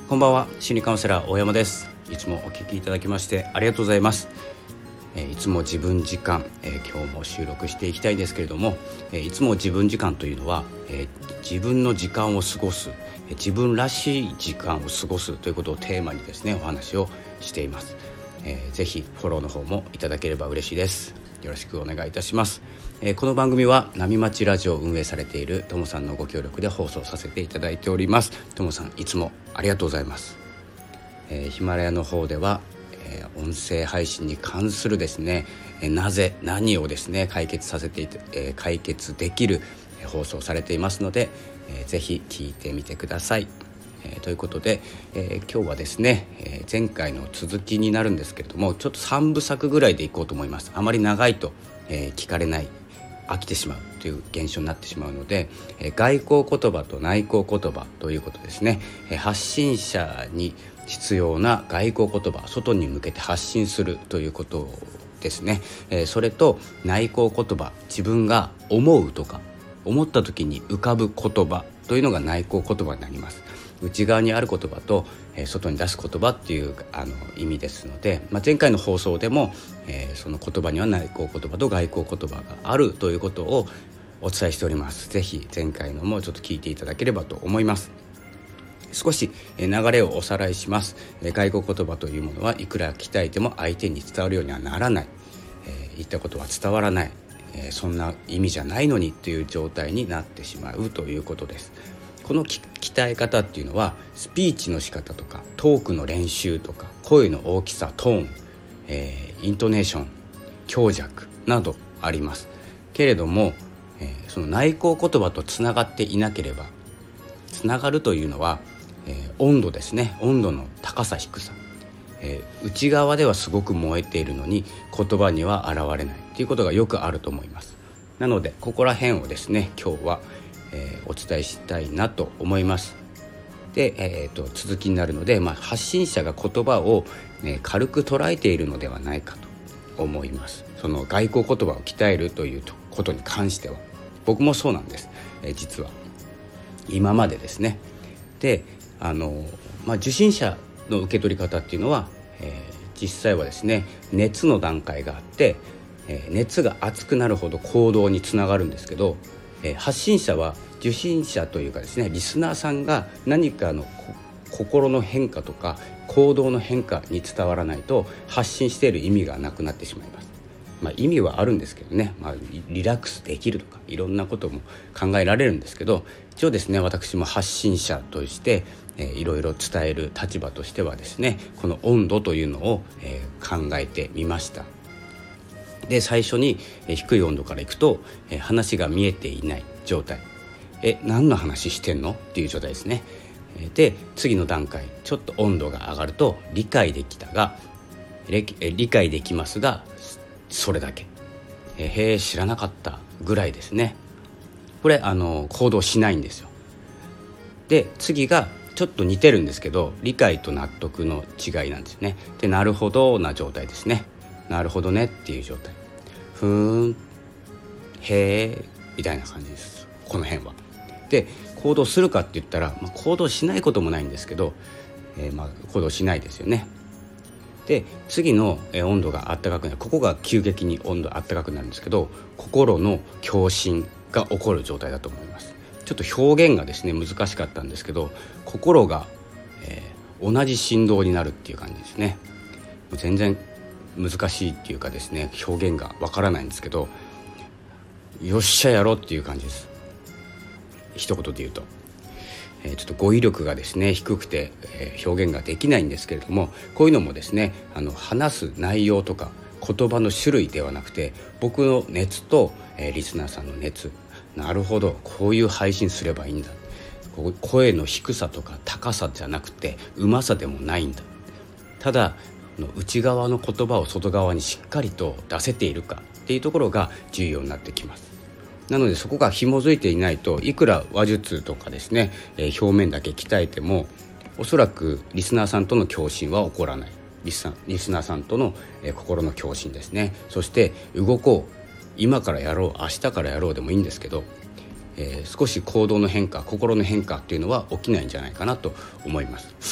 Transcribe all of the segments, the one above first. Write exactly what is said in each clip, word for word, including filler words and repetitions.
こんばんは、心理カウンセラー大山です。いつもお聞きいただきましてありがとうございます。えー、いつも自分時間、えー、今日も収録していきたいんですけれども、えー、いつも自分時間というのは、えー、自分の時間を過ごす、えー、自分らしい時間を過ごすということをテーマにですねお話をしています。えー、ぜひフォローの方もいただければ嬉しいです。よろしくお願いいたします。えー、この番組は波町ラジオを運営されているともさんのご協力で放送させていただいております。ともさん、いつもありがとうございます。えー、ヒマラヤの方では、えー、音声配信に関するですね、えー、なぜ何をですね解決させていて、えー、解決できる、えー、放送されていますので、えー、ぜひ聞いてみてください。えー、ということで、えー、今日はですね、えー、前回の続きになるんですけれども、ちょっとさんぶ作ぐらいでいこうと思います。あまり長いと、えー、聞かれない、飽きてしまうという現象になってしまうので、えー、外交言葉と内向言葉ということですね。えー、発信者に必要な外交言葉、外に向けて発信するということですね。えー、それと内向言葉、自分が思うとか思った時に浮かぶ言葉というのが内向言葉になります。内側にある言葉と、えー、外に出す言葉っていうあの意味ですので、まあ、前回の放送でも、えー、その言葉には内向言葉と外向言葉があるということをお伝えしております。ぜひ前回のもちょっと聞いていただければと思います。少し流れをおさらいします。外交言葉というものはいくら鍛えても相手に伝わるようにはならない、えー、言ったことは伝わらない、えー、そんな意味じゃないのにという状態になってしまうということです。この鍛え方っていうのはスピーチの仕方とかトークの練習とか声の大きさ、トーン、えー、イントネーション、強弱などありますけれども、えー、その内向言葉とつながっていなければ、つながるというのは、えー、温度ですね。温度の高さ低さ、えー、内側ではすごく燃えているのに言葉には現れないということがよくあると思います。なのでここら辺をですね今日はえー、お伝えしたいなと思います。で、えー、と続きになるので、まあ、発信者が言葉を、ね、軽く捉えているのではないかと思います。その外交言葉を鍛えるということに関しては僕もそうなんです、えー、実は今までですね。で、あの、まあ、受信者の受け取り方っていうのは、えー、実際はですね熱の段階があって、えー、熱が熱くなるほど行動につながるんですけど、えー、発信者は受信者というかですねリスナーさんが何かの心の変化とか行動の変化に伝わらないと発信している意味がなくなってしまいます。まあ、意味はあるんですけどね、まあ、リラックスできるとかいろんなことも考えられるんですけど、一応ですね私も発信者として、えー、いろいろ伝える立場としてはですねこの温度というのを、えー、考えてみました。で、最初に低い温度からいくと話が見えていない状態、え何の話してんのっていう状態ですね。で、次の段階ちょっと温度が上がると理解できたが理解できますがそれだけ、えへえ知らなかったぐらいですね。これあの行動しないんですよ。で、次がちょっと似てるんですけど理解と納得の違いなんですよね。で、なるほどな状態ですね。なるほどねっていう状態、ふーん、へーみたいな感じです、この辺は。で、行動するかって言ったら、まあ、行動しないこともないんですけど、えー、まあ行動しないですよね。で、次の温度が暖かくなる、ここが急激に温度暖かくなるんですけど心の共振が起こる状態だと思います。ちょっと表現がですね難しかったんですけど心が、えー、同じ振動になるっていう感じですね。全然難しいっていうかですね表現がわからないんですけど、よっしゃやろうっていう感じです。一言で言うと、えー、ちょっと語彙力がですね低くて、えー、表現ができないんですけれども、こういうのもですねあの話す内容とか言葉の種類ではなくて僕の熱と、えー、リスナーさんの熱、なるほどこういう配信すればいいんだ、こう声の低さとか高さじゃなくてうまさでもないんだ、ただ内側の言葉を外側にしっかりと出せているかっていうところが重要になってきます。なのでそこが紐づいていないといくら話術とかですね、えー、表面だけ鍛えてもおそらくリスナーさんとの共振は起こらない。リスナー、リスナーさんとの、えー、心の共振ですね。そして動こう、今からやろう、明日からやろうでもいいんですけど、えー、少し行動の変化、心の変化っていうのは起きないんじゃないかなと思います。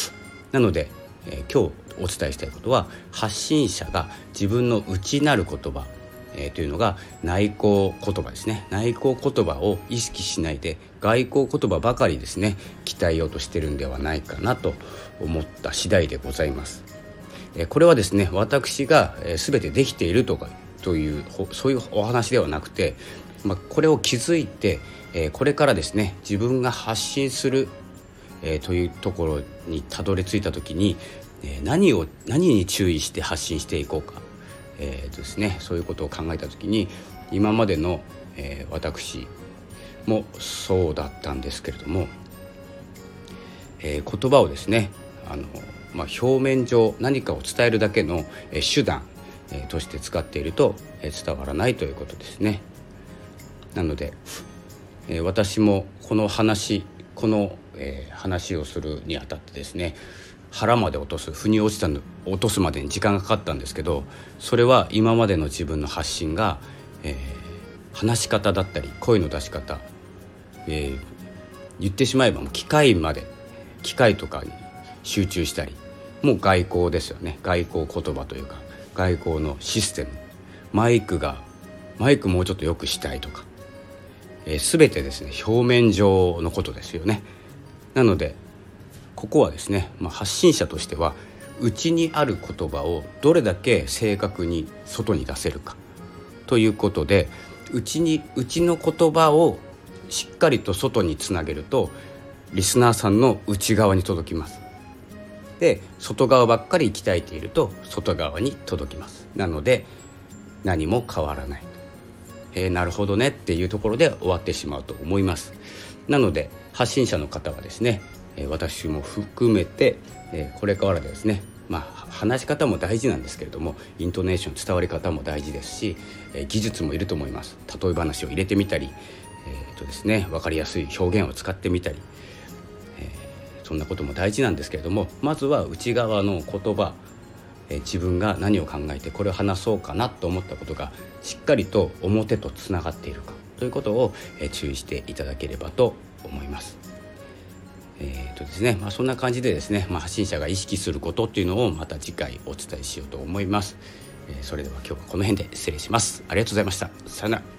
なので、えー、今日お伝えしたいことは、発信者が自分の内なる言葉、えー、というのが内向言葉ですね。内向言葉を意識しないで外向言葉ばかりですね鍛えようとしてるんではないかなと思った次第でございます。えー、これはですね、私が、えー、全てできているとかというそういうお話ではなくて、まあ、これを気づいて、えー、これからですね自分が発信する、えー、というところにたどり着いた時に、えー、何を何に注意して発信していこうか、えーとですね、そういうことを考えた時に、今までの、えー、私もそうだったんですけれども、えー、言葉をですねあの、まあ、表面上何かを伝えるだけの、えー、手段、えー、として使っていると、えー、伝わらないということですね。なので、えー、私もこの話この、えー、話をするにあたってですね、腹まで落とす腑に落ちたの落とすまでに時間がかかったんですけど、それは今までの自分の発信が、えー、話し方だったり声の出し方、えー、言ってしまえばもう機械まで機械とかに集中したり、もう外交ですよね。外交言葉というか外交のシステム、マイクがマイクもうちょっと良くしたいとか、えー、全てですね表面上のことですよね。なのでここはですね、まあ、発信者としては内にある言葉をどれだけ正確に外に出せるかということで、内に内の言葉をしっかりと外につなげるとリスナーさんの内側に届きます。で、外側ばっかり鍛えていると外側に届きます。なので何も変わらない、えー、なるほどねっていうところで終わってしまうと思います。なので発信者の方はですね、私も含めてこれからですね、まあ、話し方も大事なんですけれども、イントネーション伝わり方も大事ですし、技術もいると思います。例え話を入れてみたり、えーとですね、分かりやすい表現を使ってみたり、えー、そんなことも大事なんですけれども、まずは内側の言葉、えー、自分が何を考えてこれを話そうかなと思ったことがしっかりと表とつながっているかということを、えー、注意していただければと思います。えーとですねまあ、そんな感じでですね、まあ、発信者が意識することっていうのをまた次回お伝えしようと思います。えー、それでは今日はこの辺で失礼します。ありがとうございました。さよなら。